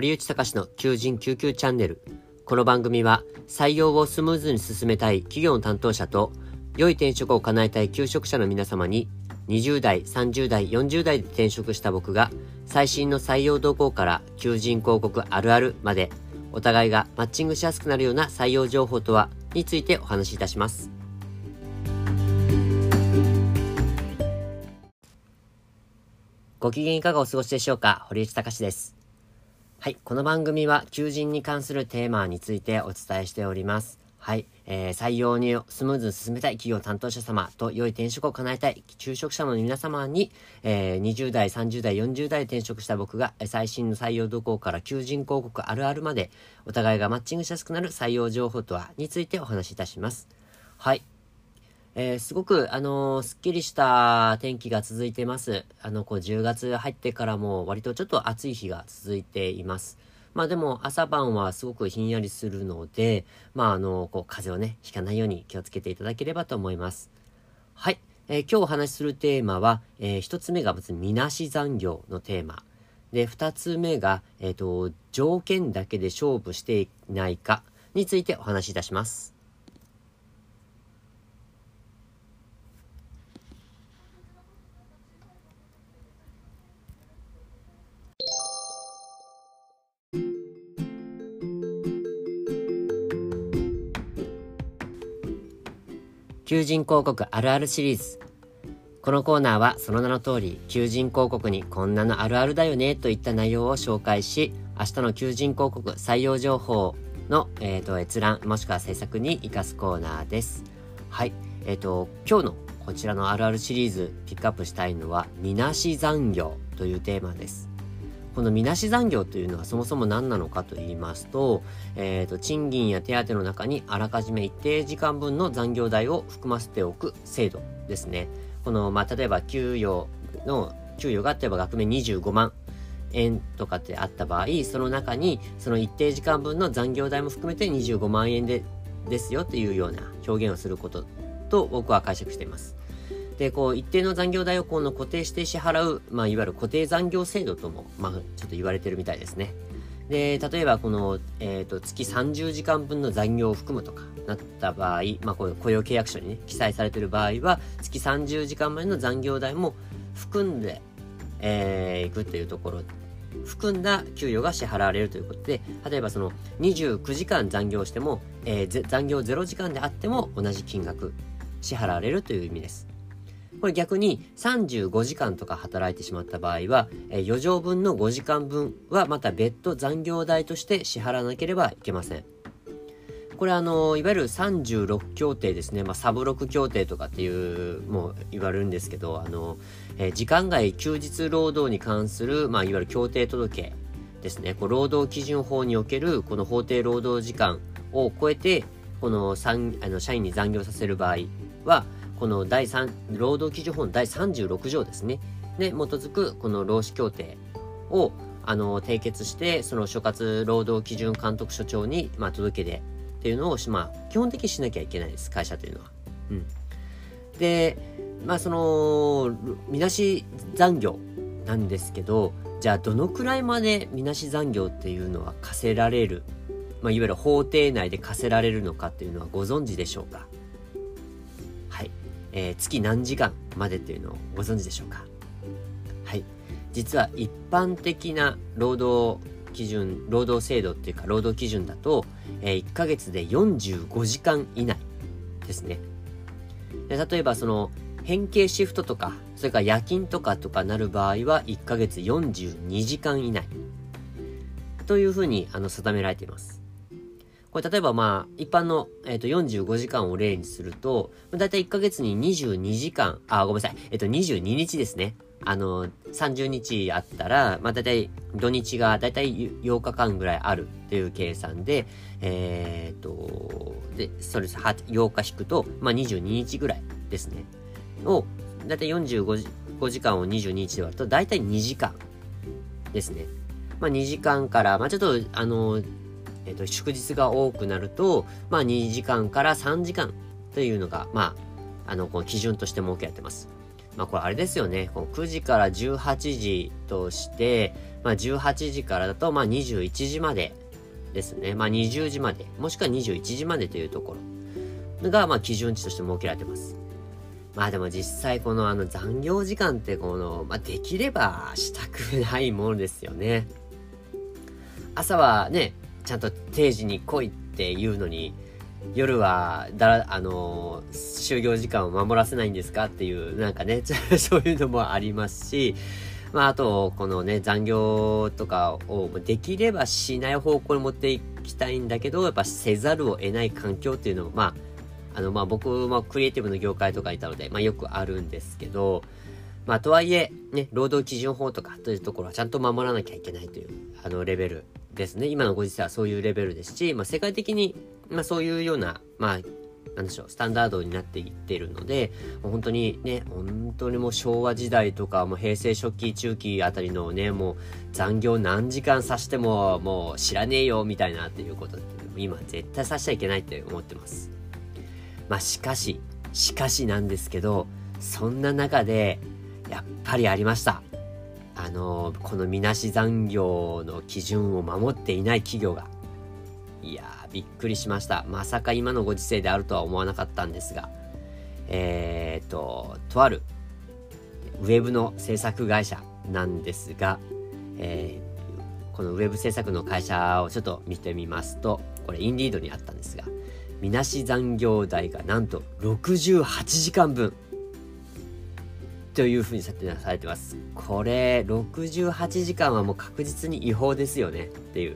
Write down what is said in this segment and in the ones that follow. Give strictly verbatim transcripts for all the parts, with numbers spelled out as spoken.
堀内隆の求人救急チャンネル。この番組は採用をスムーズに進めたい企業の担当者と良い転職を叶えたい求職者の皆様ににじゅう代、さんじゅう代、よんじゅう代で転職した僕が最新の採用動向から求人広告あるあるまでお互いがマッチングしやすくなるような採用情報とはについてお話しいたします。ご機嫌いかがお過ごしでしょうか。堀内隆です。はい、この番組は求人に関するテーマについてお伝えしております。はい、えー、採用にスムーズに進めたい企業担当者様と良い転職を叶えたい求職者の皆様に、えー、にじゅう代、さんじゅう代、よんじゅう代で転職した僕が最新の採用動向から求人広告あるあるまでお互いがマッチングしやすくなる採用情報とはについてお話しいたします。はい。えー、すごく、あのー、すっきりした天気が続いています。あの、こう、じゅうがつ入ってからも割とちょっと暑い日が続いています。まあでも、朝晩はすごくひんやりするので、まああの、こう、風邪をね、ひかないように気をつけていただければと思います。はい。えー、今日お話しするテーマは、えー、一つ目がまず、みなし残業のテーマ。で、二つ目が、えっと、条件だけで勝負していないかについてお話しいたします。求人広告あるあるシリーズ。このコーナーはその名の通り、求人広告にこんなのあるあるだよねといった内容を紹介し、明日の求人広告採用情報の、えーと、閲覧もしくは制作に活かすコーナーです。はい。えっと、今日のこちらのあるあるシリーズピックアップしたいのは、みなし残業というテーマです。このみなし残業というのはそもそも何なのかと言いますと、えーと、賃金や手当の中にあらかじめ一定時間分の残業代を含ませておく制度ですね。この、まあ、例えば給与の、給与が例えば額面にじゅうごまんえんとかってあった場合、その中にその一定時間分の残業代も含めてにじゅうごまんえんで、ですよというような表現をすることと僕は解釈しています。で、こう、一定の残業代をこの固定して支払う、まあ、いわゆる固定残業制度とも、まあ、ちょっと言われてるみたいですね。で、例えばこの、えっと、月さんじゅうじかんぶんの残業を含むとかなった場合、まあ、こういう雇用契約書にね、記載されている場合は、月さんじゅうじかんまでの残業代も含んで、えー、いくっていうところ、含んだ給与が支払われるということで、例えばそのにじゅうくじかん残業しても、えー、残業ゼロじかんであっても同じ金額支払われるという意味です。これ逆にさんじゅうごじかんとか働いてしまった場合は、えー、余剰分のごじかんぶんはまた別途残業代として支払わなければいけません。これあのいわゆるさんじゅうろく協定ですね、まあ、サブろく協定とかっていうもう言われるんですけど、あの、えー、時間外休日労働に関する、まあ、いわゆる協定届ですね。こう労働基準法におけるこの法定労働時間を超えてこのあの社員に残業させる場合は、この第三労働基準法の第さんじゅうろく条ですね。で、基づくこの労使協定をあの締結して、その所轄労働基準監督署長に、まあ、届け出っていうのを、まあ、基本的にしなきゃいけないです。会社というのは。うん。で、まあ、その、みなし残業なんですけど、じゃあ、どのくらいまでみなし残業っていうのは課せられる、まあ、いわゆる法定内で課せられるのかっていうのはご存知でしょうか。はい。えー、月何時間までっていうのをご存知でしょうか。はい。実は一般的な労働基準、労働制度っていうか労働基準だと、えー、いっかげつでよんじゅうごじかん以内ですね。で、例えばその変形シフトとか、それから夜勤とかとかなる場合はいっかげつよんじゅうにじかん以内というふうにあの定められています。これ例えばまあ一般の、えー、とよんじゅうごじかんを例にすると、だいたいいっかげつににじゅうにじかん、あ、ごめんなさい、えっ、ー、とにじゅうににちですね。あの、さんじゅうにちあったら、まあだいたい土日がだいたいようかかんぐらいあるっていう計算で、えっ、ー、と、で、それようか引くと、まあにじゅうににちぐらいですね。を、だいたいよんじゅうごじかんをにじゅうににちで割ると、だいたいにじかんですね。まあにじかんから、まあちょっと、あの、えっと、祝日が多くなると、まあ、にじかんからさんじかんというのが、まあ、あの、この基準として設けられてます。 まあこれあれですよね。こうくじからじゅうはちじとして、まあじゅうはちじからだとまあにじゅういちじまでですね。まあにじゅうじまで、もしくはにじゅういちじまでというところがまあ基準値として設けられてます。まあでも実際このあの残業時間ってこの、まあできればしたくないものですよね。朝はね、ちゃんと定時に来いっていうのに、夜はだあのー、就業時間を守らせないんですかっていうなんかねそういうのもありますし、まああとこのね残業とかをできればしない方向に持っていきたいんだけど、やっぱせざるを得ない環境っていうのもまああのまあ僕もクリエイティブの業界とかいたのでまあよくあるんですけど、まあとはいえね労働基準法とかというところはちゃんと守らなきゃいけないというあのレベルですね。今のご時世はそういうレベルですし、まあ世界的にまあそういうような、まあ、なんでしょう、スタンダードになっていっているので、もう本当にね、本当にもう昭和時代とか、もう平成初期中期あたりのね、もう残業何時間さしても、もう知らねえよ、みたいなっていうことで、今絶対さしちゃいけないって思ってます。まあしかし、しかしなんですけど、そんな中で、やっぱりありました。あの、このみなし残業の基準を守っていない企業が。いやー、びっくりしました。まさか今のご時世であるとは思わなかったんですが、えーと、とあるウェブの制作会社なんですが、えー、このウェブ制作の会社をちょっと見てみますと、これインディードにあったんですが、みなし残業代がなんとろくじゅうはちじかんぶんというふうに設定されてます。これろくじゅうはちじかんはもう確実に違法ですよねっていう。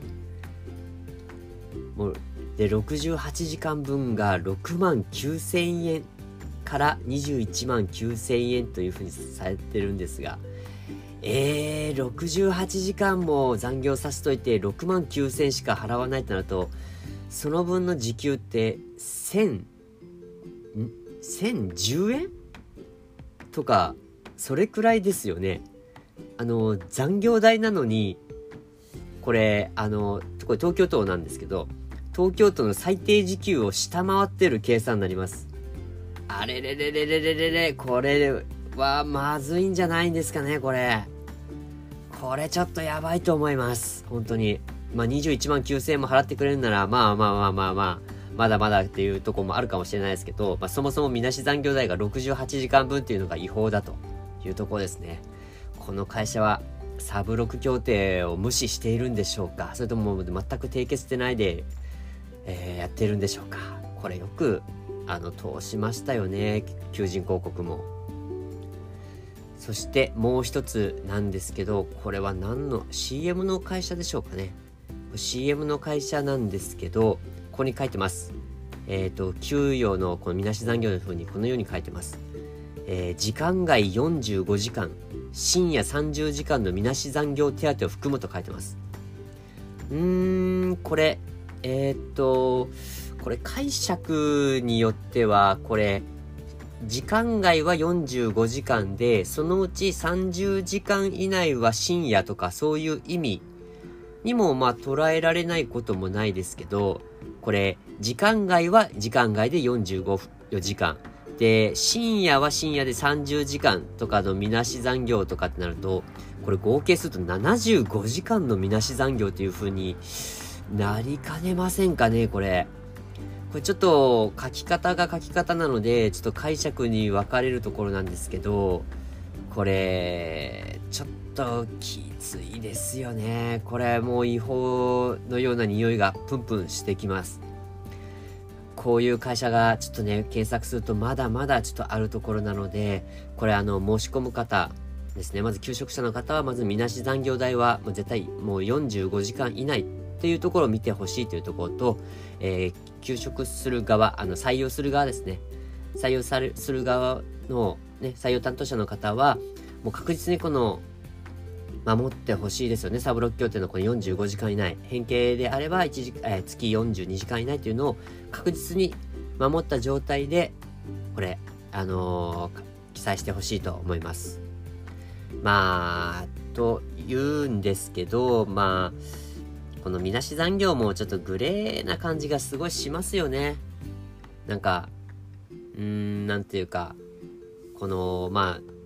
もうでろくじゅうはちじかんぶんがろくまんきゅうせんえんからにじゅういちまんきゅうせんえんというふうにされてるんですが、えー、ろくじゅうはちじかんも残業させといてろくまんきゅうせんしか払わないとなると、その分の時給ってせんせんじゅうえんとかそれくらいですよね。あの残業代なのに、これあのこれ東京都なんですけど、東京都の最低時給を下回ってる計算になります。あれれれれれれれれ、これはまずいんじゃないんですかね。これこれちょっとやばいと思います、本当に。まあにじゅういちまんきゅうせんえんも払ってくれるなら、まあまあまあまあまあまだまだっていうところもあるかもしれないですけど、まあ、そもそもみなし残業代がろくじゅうはちじかんぶんっていうのが違法だというところですね。この会社はサブロク協定を無視しているんでしょうか、それとも全く締結してないで、えー、やってるんでしょうか。これよくあの通しましたよね、求人広告も。そしてもう一つなんですけど、これは何の シーエム の会社でしょうかね。 シーエム の会社なんですけど、ここに書いてます。えっと給与のこのみなし残業の風にこのように書いてます。えー、時間外よんじゅうごじかん、深夜さんじゅうじかんのみなし残業手当を含むと書いてます。うーんこれえー、っとこれ解釈によっては、これ時間外はよんじゅうごじかんで、そのうちさんじゅうじかん以内は深夜とかそういう意味にもまあ捉えられないこともないですけど、これ時間外は時間外でよんじゅうごじかんで、深夜は深夜でさんじゅうじかんとかのみなし残業とかってなると、これ合計するとななじゅうごじかんのみなし残業という風になりかねませんかね。これこれちょっと書き方が書き方なのでちょっと解釈に分かれるところなんですけど、これちょっときついですよね。これもう違法のような匂いがプンプンしてきます。こういう会社がちょっとね検索するとまだまだちょっとあるところなので、これあの申し込む方ですね、まず求職者の方はまずみなし残業代はもう絶対もうよんじゅうごじかん以内っていうところを見てほしいというところと、えー、求職する側、あの採用する側ですね、採用されする側の、ね、採用担当者の方はもう確実にこの守ってほしいですよね。サブロック協定のこのよんじゅうごじかん以内、変形であればいちじ、えー、月よんじゅうにじかん以内というのを確実に守った状態でこれあのー、記載してほしいと思います。まあと言うんですけど、まあこのみなし残業もちょっとグレーな感じがすごいしますよね。なんかうーんなんていうか、このまあ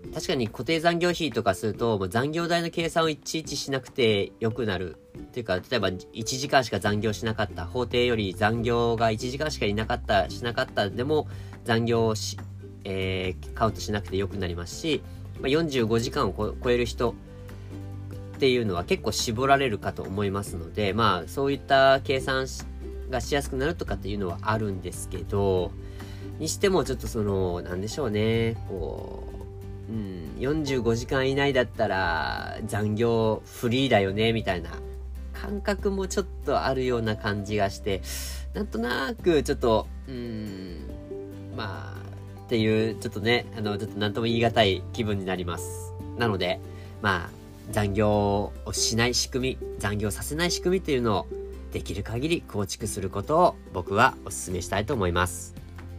確かに固定残業費とかすると、もう残業代の計算をいちいちしなくてよくなる。っていうか、例えばいちじかんしか残業しなかった。法定より残業がいちじかんしかいなかった、しなかった。でも残業をし、えー、カウントしなくてよくなりますし、まあ、よんじゅうごじかんを超える人っていうのは結構絞られるかと思いますので、まあそういった計算がしやすくなるとかっていうのはあるんですけど、にしてもちょっとその、なんでしょうね、こう、うん、よんじゅうごじかん以内だったら残業フリーだよねみたいな感覚もちょっとあるような感じがして、なんとなくちょっとうーんまあっていうちょっとね、あのちょっとなんとも言い難い気分になります。なのでまあ残業をしない仕組み、残業させない仕組みっていうのをできる限り構築することを僕はお勧めしたいと思います。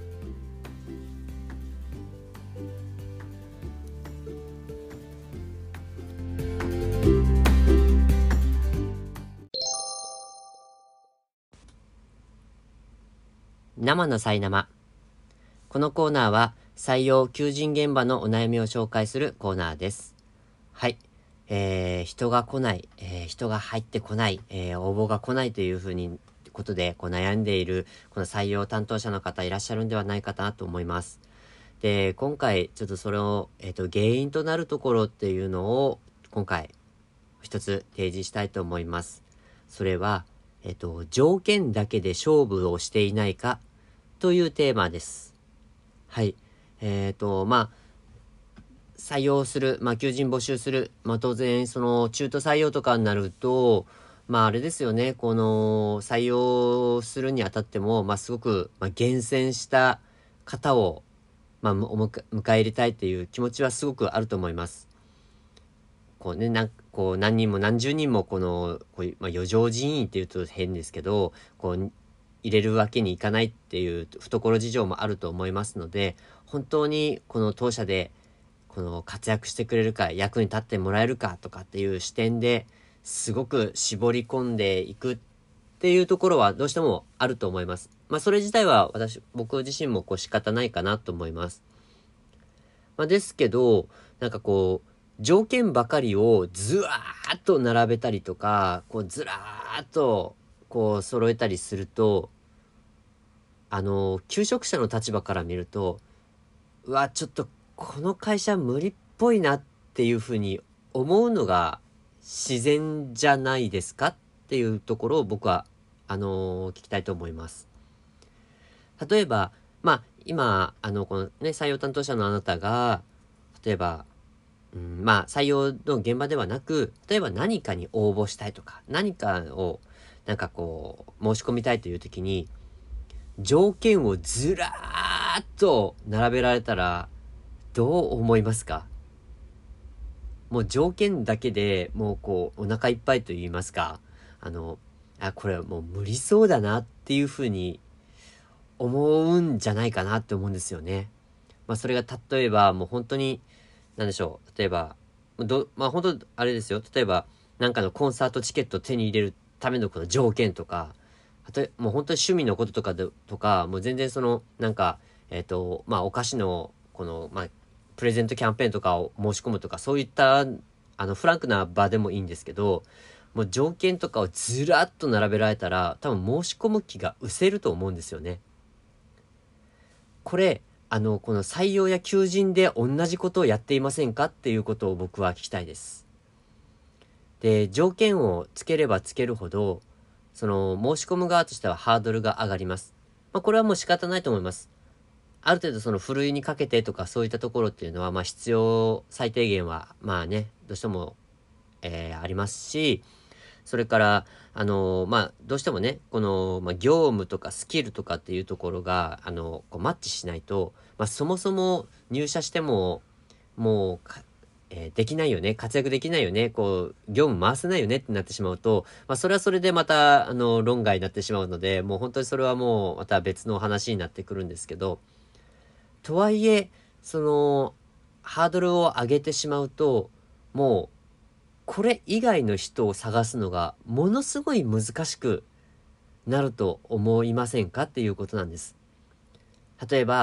生のさい生。このコーナーは採用求人現場のお悩みを紹介するコーナーです。はい。えー、人が来ない、えー、人が入ってこない、えー、応募が来ないというふうにことでこう悩んでいるこの採用担当者の方いらっしゃるんではないかなと思います。で、今回ちょっとそれを、えっと、原因となるところっていうのを今回一つ提示したいと思います。それは、えっと、条件だけで勝負をしていないかというテーマです。はい。えっと、まあ、採用する、まあ、求人募集する、まあ、当然、その、中途採用とかになると、まあ、あれですよね、この、採用するにあたっても、まあ、すごく、まあ、厳選した方を、まあ、おむか迎え入れたいっていう気持ちはすごくあると思います。こうね、なんこう何人も何十人もこの、こういう、まあ、余剰人員っていうと変ですけど、こう、入れるわけにいかないっていう懐事情もあると思いますので、本当にこの当社でこの活躍してくれるか、役に立ってもらえるかとかっていう視点ですごく絞り込んでいくっていうところはどうしてもあると思います。まあそれ自体は私、僕自身もこう仕方ないかなと思います。まあですけど、なんかこう、条件ばかりをずわーっと並べたりとか、こうずらーっとこう揃えたりすると、あの、求職者の立場から見ると、うわ、ちょっとこの会社無理っぽいなっていうふうに思うのが自然じゃないですかっていうところを僕は、あの聞きたいと思います。例えば、まあ、今、あの、このね、採用担当者のあなたが、例えば、うん、まあ、採用の現場ではなく、例えば何かに応募したいとか、何かを、なんかこう、申し込みたいという時に、条件をずらーっと並べられたら、どう思いますか？もう条件だけでもうこう、お腹いっぱいと言いますか、あの、あ、これはもう無理そうだなっていうふうに思うんじゃないかなって思うんですよね。まあそれが例えばもう本当に、なんでしょう。例えば、ど、まあ本当あれですよ。例えば、なんかのコンサートチケットを手に入れるためのこの条件とか、あと、もう本当に趣味のこととかで、とか、もう全然その、なんか、えっと、まあお菓子の、この、まあ、プレゼントキャンペーンとかを申し込むとか、そういった、あの、フランクな場でもいいんですけど、もう条件とかをずらっと並べられたら、多分申し込む気が失せると思うんですよね。これ、あの、この採用や求人で同じことをやっていませんかっていうことを僕は聞きたいです。で、条件をつければつけるほど、その申し込む側としてはハードルが上がります。まあこれはもう仕方ないと思います。ある程度そのふるいにかけてとかそういったところっていうのは、まあ必要最低限は、まあね、どうしても、えーありますし、それから、あのーまあ、どうしてもね、この、まあ、業務とかスキルとかっていうところが、あの、こうマッチしないと、まあ、そもそも入社しても、もうか、えーできないよね、活躍できないよね、こう、業務回せないよねってなってしまうと、まあ、それはそれでまた、あの、論外になってしまうので、もう本当にそれはもう、また別の話になってくるんですけど、とはいえ、その、ハードルを上げてしまうと、もう、これ以外の人を探すのがものすごい難しくなると思いませんかっていうことなんです。例えば、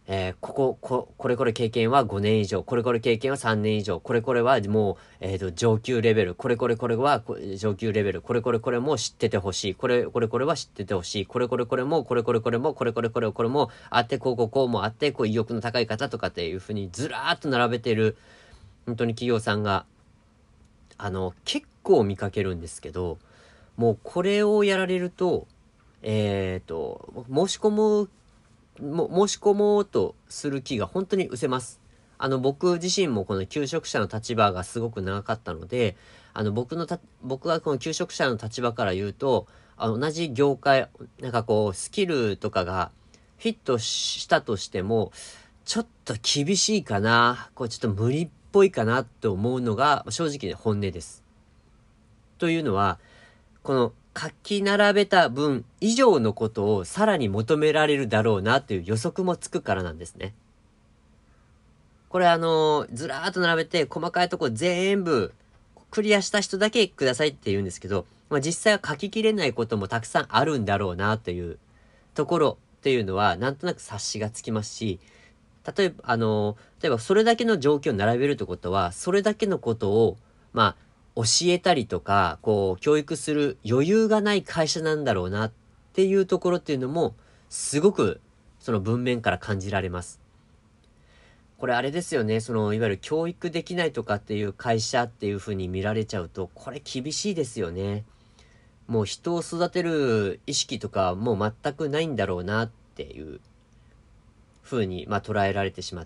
えー、ここ、こ、これこれ経験はごねん以上、これこれ経験はさんねん以上、これこれはもう、えっと、上級レベル、これこれこれはこ上級レベル、これこれこれも知っててほしい、これ、これこれは知っててほしい、これこれこれも、これこれこれも、これこれこれこれもあって、こうこうこうもあって、こう意欲の高い方とかっていうふうにずらーっと並べてる、本当に企業さんが、あの、結構見かけるんですけど、もうこれをやられると、えっと、申し込むも申し込もうとする気が本当に失せます。あの僕自身もこの求職者の立場がすごく長かったので、あの僕のた僕はこの求職者の立場から言うと、あの同じ業界、なんかこうスキルとかがフィットしたとしても、ちょっと厳しいかな、これちょっと無理っぽいかなと思うのが正直本音です。というのは、この書き並べた分以上のことをさらに求められるだろうなという予測もつくからなんですね。これあの、ずらーっと並べて細かいとこ全部クリアした人だけくださいって言うんですけど、まあ、実際は書ききれないこともたくさんあるんだろうなというところっていうのはなんとなく察しがつきますし、例えばあの、例えばそれだけの状況を並べるってことは、それだけのことを、まあ、教えたりとか、こう、教育する余裕がない会社なんだろうなっていうところっていうのも、すごく、その文面から感じられます。これあれですよね、その、いわゆる教育できないとかっていう会社っていう風に見られちゃうと、これ厳しいですよね。もう人を育てる意識とかもう全くないんだろうなっていう風に、まあ、捉えられてしまって、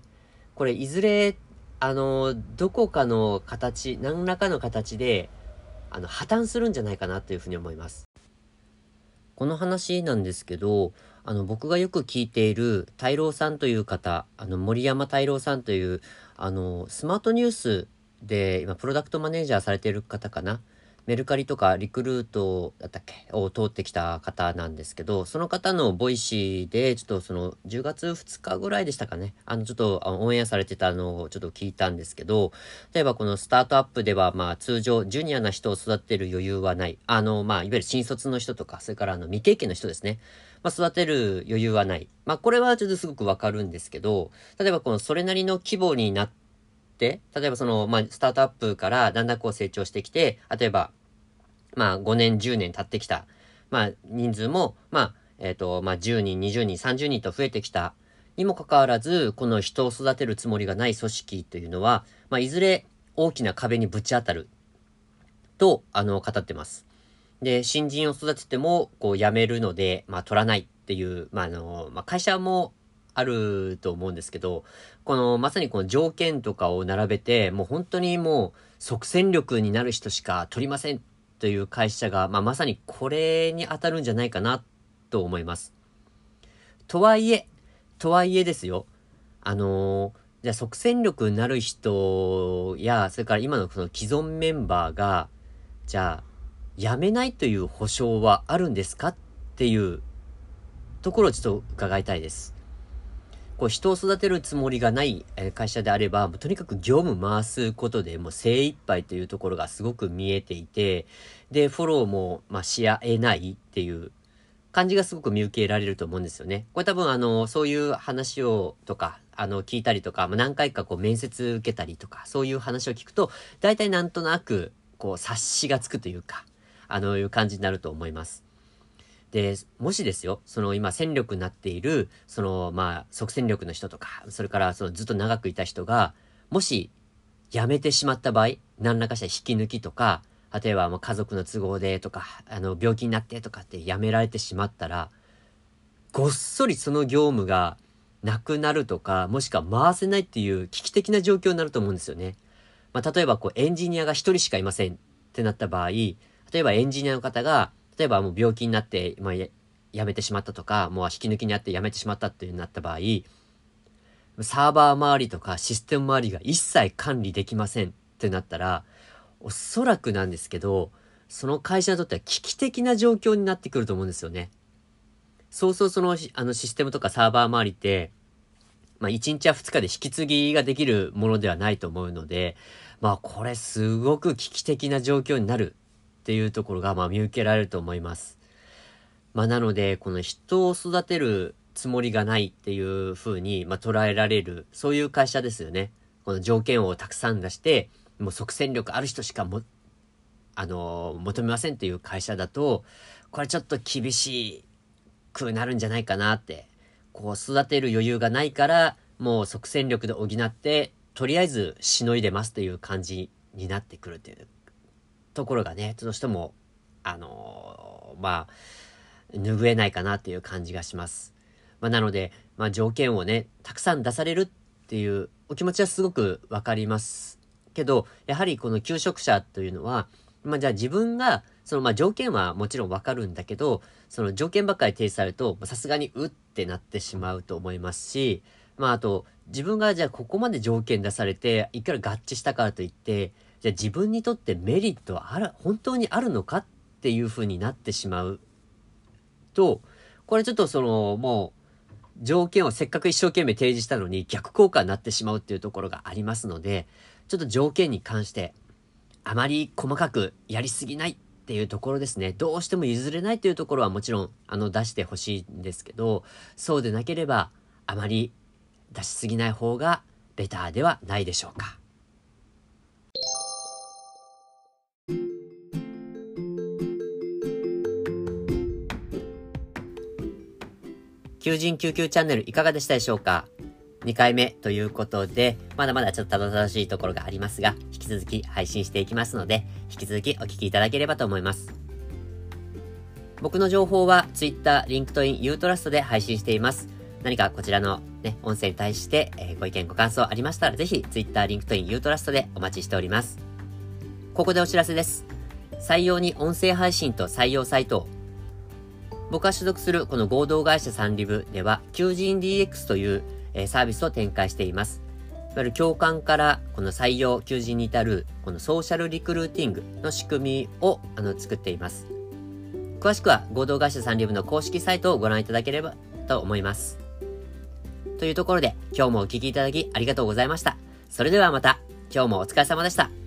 これいずれ、あの、どこかの形、何らかの形で、あの、破綻するんじゃないかなというふうに思います。この話なんですけど、あの、僕がよく聞いている太郎さんという方、あの、森山太郎さんという、あの、スマートニュースで今、プロダクトマネージャーされている方かな。メルカリとかリクルートだったっけを通ってきた方なんですけど、その方のボイシーで、ちょっとそのじゅうがつふつかぐらいでしたかね。あの、ちょっとオンエアされてたのをちょっと聞いたんですけど、例えばこのスタートアップでは、まあ通常、ジュニアな人を育てる余裕はない。あの、まあ、いわゆる新卒の人とか、それからあの未経験の人ですね。まあ、育てる余裕はない。まあ、これはちょっとすごくわかるんですけど、例えばこのそれなりの規模になって、例えばその、まあ、スタートアップからだんだんこう成長してきて、例えば、まあごねん、じゅうねん経ってきた。まあ人数も、まあ、えっと、まあじゅうにん、にじゅうにん、さんじゅうにんと増えてきた。にもかかわらず、この人を育てるつもりがない組織というのは、まあいずれ大きな壁にぶち当たる。と、あの、語ってます。で、新人を育てても、こう、辞めるので、まあ取らないっていう、まああの、まあ会社も、あると思うんですけど、この、まさにこの条件とかを並べて、もう本当にもう即戦力になる人しか取りませんという会社が、まあ、まさにこれに当たるんじゃないかなと思います。とはいえ、とはいえですよ。あのー、じゃあ即戦力になる人や、それから今のその既存メンバーが、じゃあ、辞めないという保証はあるんですかっていうところをちょっと伺いたいです。こう人を育てるつもりがない会社であれば、とにかく業務回すことでもう精一杯というところがすごく見えていて、で、フォローも、まあ、し合えないっていう感じがすごく見受けられると思うんですよね。これ多分あの、そういう話をとか、あの、聞いたりとか、まあ、何回かこう面接受けたりとか、そういう話を聞くと、大体なんとなく、こう、察しがつくというか、あの、いう感じになると思います。で、もしですよ、その今戦力になっている、そのまあ即戦力の人とか、それからそのずっと長くいた人が、もし辞めてしまった場合、何らかした引き抜きとか、例えばもう家族の都合でとか、あの病気になってとかって辞められてしまったら、ごっそりその業務がなくなるとか、もしくは回せないっていう危機的な状況になると思うんですよね。まあ例えばこうエンジニアが一人しかいませんってなった場合、例えばエンジニアの方が、例えばもう病気になって、まあ、や辞めてしまったとか、もう引き抜きにあって辞めてしまったっていうなった場合、サーバー周りとかシステム周りが一切管理できませんってなったら、おそらくなんですけど、その会社にとっては危機的な状況になってくると思うんですよね。そうそうその、あのシステムとかサーバー周りって、まあいちにちやふつかで引き継ぎができるものではないと思うので、まあこれすごく危機的な状況になるっていうところがまあ見受けられると思います。まあなので、この人を育てるつもりがないっていう風に、まあ、捉えられる、そういう会社ですよね。この条件をたくさん出して、もう即戦力ある人しかも、あのー、求めませんっていう会社だと、これちょっと厳しくなるんじゃないかなって。こう育てる余裕がないから、もう即戦力で補って、とりあえずしのいでますという感じになってくるっていうところがね、どうしても、あのー、まあ、拭えないかなっていう感じがします。まあ、なので、まあ、条件をね、たくさん出されるっていうお気持ちはすごくわかりますけど、やはりこの求職者というのは、まあ、じゃあ自分が、そのまあ条件はもちろんわかるんだけど、その条件ばっかり提示されると、さすがにうってなってしまうと思いますし、まああと、自分がじゃあここまで条件出されて、いくら合致したからといって、じゃあ自分にとってメリットはある、本当にあるのかっていう風になってしまうと、これちょっとその、もう、条件をせっかく一生懸命提示したのに逆効果になってしまうっていうところがありますので、ちょっと条件に関して、あまり細かくやりすぎないっていうところですね。どうしても譲れないというところはもちろん、あの、出してほしいんですけど、そうでなければ、あまり出しすぎない方がベターではないでしょうか。求人救急チャンネルいかがでしたでしょうか？にかいめということで、まだまだちょっとたどたどしいところがありますが、引き続き配信していきますので、引き続きお聞きいただければと思います。僕の情報は Twitter、LinkedIn、ユートラストで配信しています。何かこちらのね、音声に対して、えー、ご意見ご感想ありましたら、ぜひ Twitter、LinkedIn、ユートラストでお待ちしております。ここでお知らせです。採用に音声配信と採用サイトを僕が所属するこの合同会社サンリブでは、求人 ディーエックス という、えー、サービスを展開しています。いわゆる共感からこの採用、求人に至るこのソーシャルリクルーティングの仕組みをあの作っています。詳しくは合同会社サンリブの公式サイトをご覧いただければと思います。というところで今日もお聞きいただきありがとうございました。それではまた。今日もお疲れ様でした。